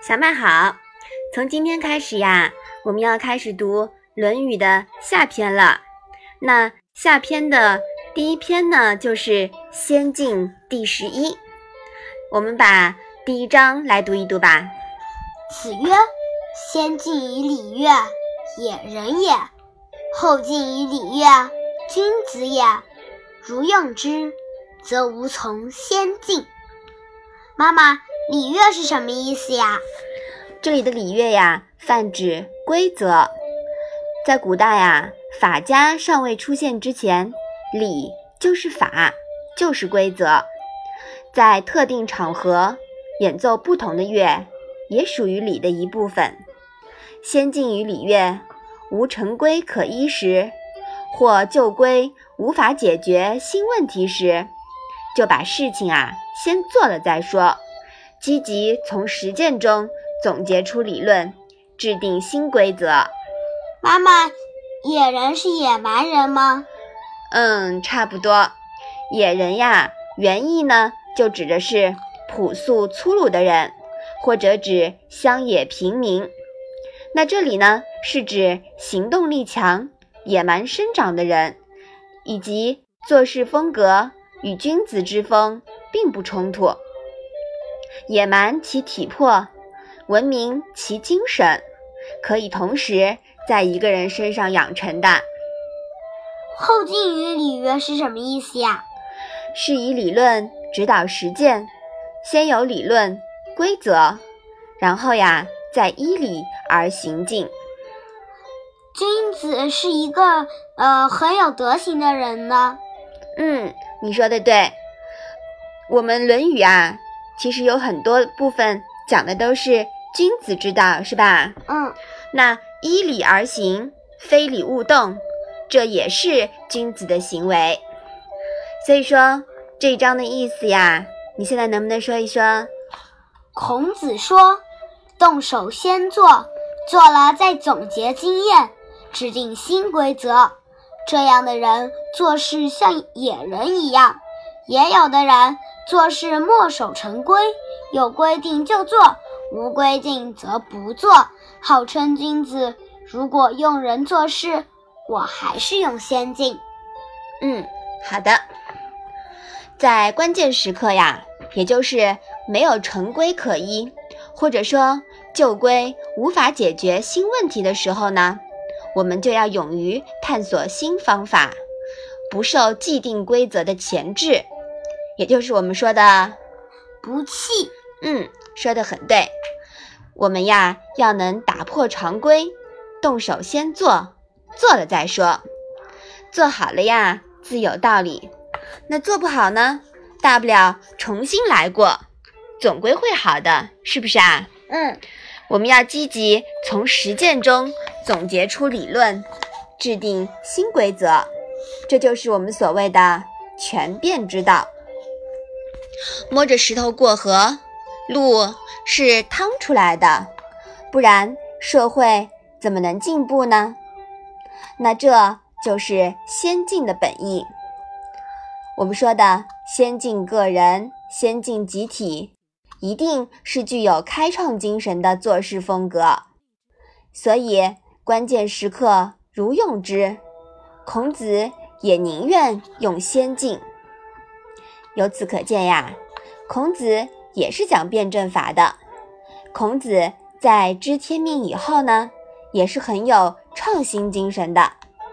小麦好，从今天开始呀，我们要开始读《论语》的下篇了。那下篇的第一篇呢，就是先进第11。我们把第一章来读一读吧。 子曰：先进于礼乐，也人也；后进于礼乐，君子也。如用之，则无从先进。妈妈，礼乐是什么意思呀？ 这里的礼乐呀，泛指规则。在古代呀，法家尚未出现之前，礼就是法，就是规则。在特定场合演奏不同的乐，也属于礼的一部分。先进于礼乐，无成规可依时，或旧规无法解决新问题时，就把事情先做了再说，积极从实践中总结出理论，制定新规则。 妈妈，野人是野蛮人吗？ 差不多。野人呀，原意呢就指的是朴素粗鲁的人，或者指乡野平民。那这里呢是指行动力强、野蛮生长的人，以及做事风格与君子之风并不冲突。野蛮其体魄，文明其精神，可以同时在一个人身上养成的。 后进于礼乐是什么意思呀？ 是以理论指导实践，先有理论规则，然后再依理而行进。 君子是一个很有德行的人呢。 你说的对。我们《论语》其实有很多部分讲的都是君子之道，是吧？那依理而行，非礼勿动，这也是君子的行为。所以说这一章的意思你现在能不能说一说？ 孔子说，动手先做，做了再总结经验，制定新规则。这样的人做事像野人一样，也有的人做事墨守成规，有规定就做，无规定则不做，号称君子。如果用人做事，我还是用先进。 好的。在关键时刻也就是没有成规可依，或者说旧规无法解决新问题的时候呢，我们就要勇于探索新方法，不受既定规则的钳制，也就是我们说的不弃。 说得很对。我们要能打破常规，动手先做，做了再说。做好了自有道理。那做不好呢，大不了重新来过，总归会好的，是不是我们要积极从实践中总结出理论，制定新规则，这就是我们所谓的权变之道。摸着石头过河，路是趟出来的，不然社会怎么能进步呢？那这就是先进的本意。我们说的先进个人、先进集体，一定是具有开创精神的做事风格。所以关键时刻如用之，孔子也宁愿用先进。由此可见孔子也是讲辩证法的。孔子在知天命以后呢，也是很有创新精神的。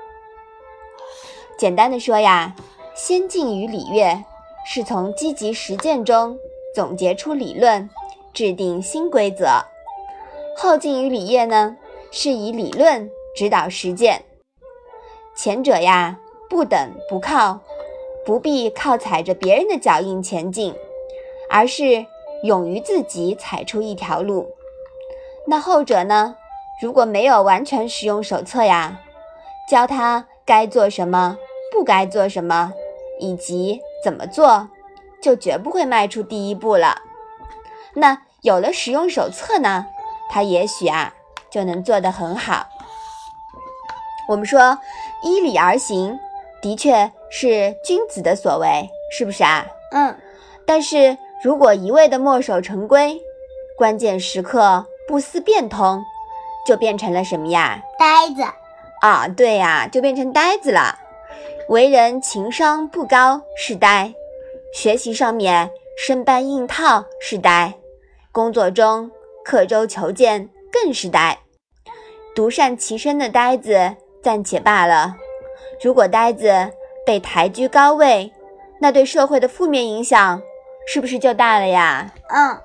简单的说先进于礼乐，是从积极实践中总结出理论，制定新规则。后进于礼乐呢，是以理论指导实践。前者不等不靠，不必靠踩着别人的脚印前进，而是勇于自己踩出一条路。那后者呢，如果没有完全使用手册教他该做什么，不该做什么，以及怎么做，就绝不会迈出第一步了。那有了使用手册呢，他也许就能做得很好。我们说依理而行，的确是君子的所为，是不是但是如果一味的墨守成规， 关键时刻不思变通，就变成了什么呀？ 呆子。 啊，对呀，就变成呆子了。为人情商不高是呆，学习上面生搬硬套是呆，工作中刻舟求剑更是呆。独善其身的呆子暂且罢了，如果呆子被抬居高位，那对社会的负面影响是不是就大了呀？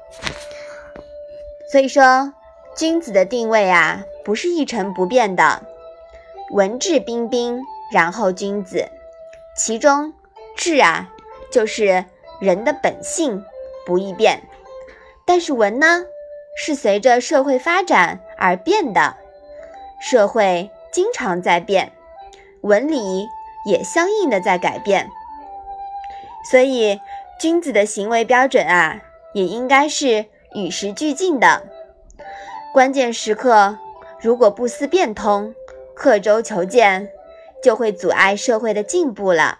所以说，君子的定位啊，不是一成不变的。文质彬彬，然后君子。其中质啊，就是人的本性，不易变。但是文呢，是随着社会发展而变的。社会经常在变，文理也相应的在改变。所以君子的行为标准啊，也应该是与时俱进的。关键时刻如果不思变通，刻舟求剑，就会阻碍社会的进步了。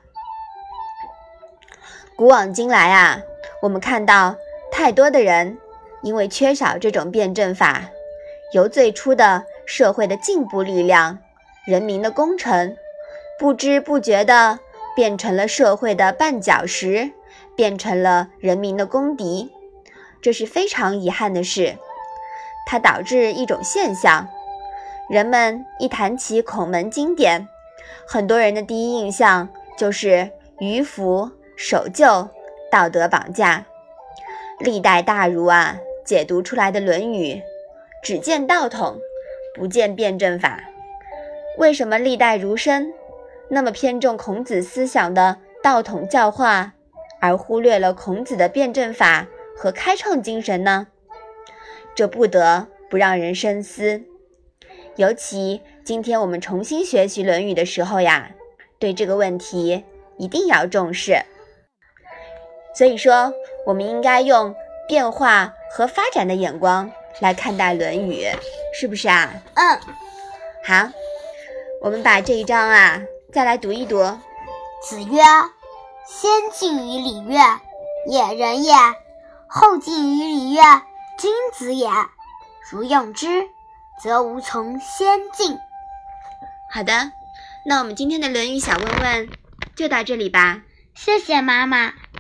古往今来啊，我们看到太多的人因为缺少这种辩证法，由最初的社会的进步力量，人民的功臣，不知不觉地变成了社会的绊脚石，变成了人民的公敌。这是非常遗憾的事。它导致一种现象，人们一谈起孔门经典，很多人的第一印象就是迂腐、守旧、道德绑架。历代大儒啊，解读出来的《论语》只见道统，不见辩证法。为什么历代儒生那么偏重孔子思想的道统教化，而忽略了孔子的辩证法和开创精神呢？这不得不让人深思。尤其今天我们重新学习《论语》的时候呀，对这个问题一定要重视。所以说，我们应该用变化和发展的眼光来看待《论语》，是不是啊？好，我们把这一章啊再来读一读。 子曰：先进于礼乐，也人也；后进于礼乐，君子也。如用之，则无从先进。 好的，那我们今天的《论语》小问问就到这里吧。 谢谢妈妈。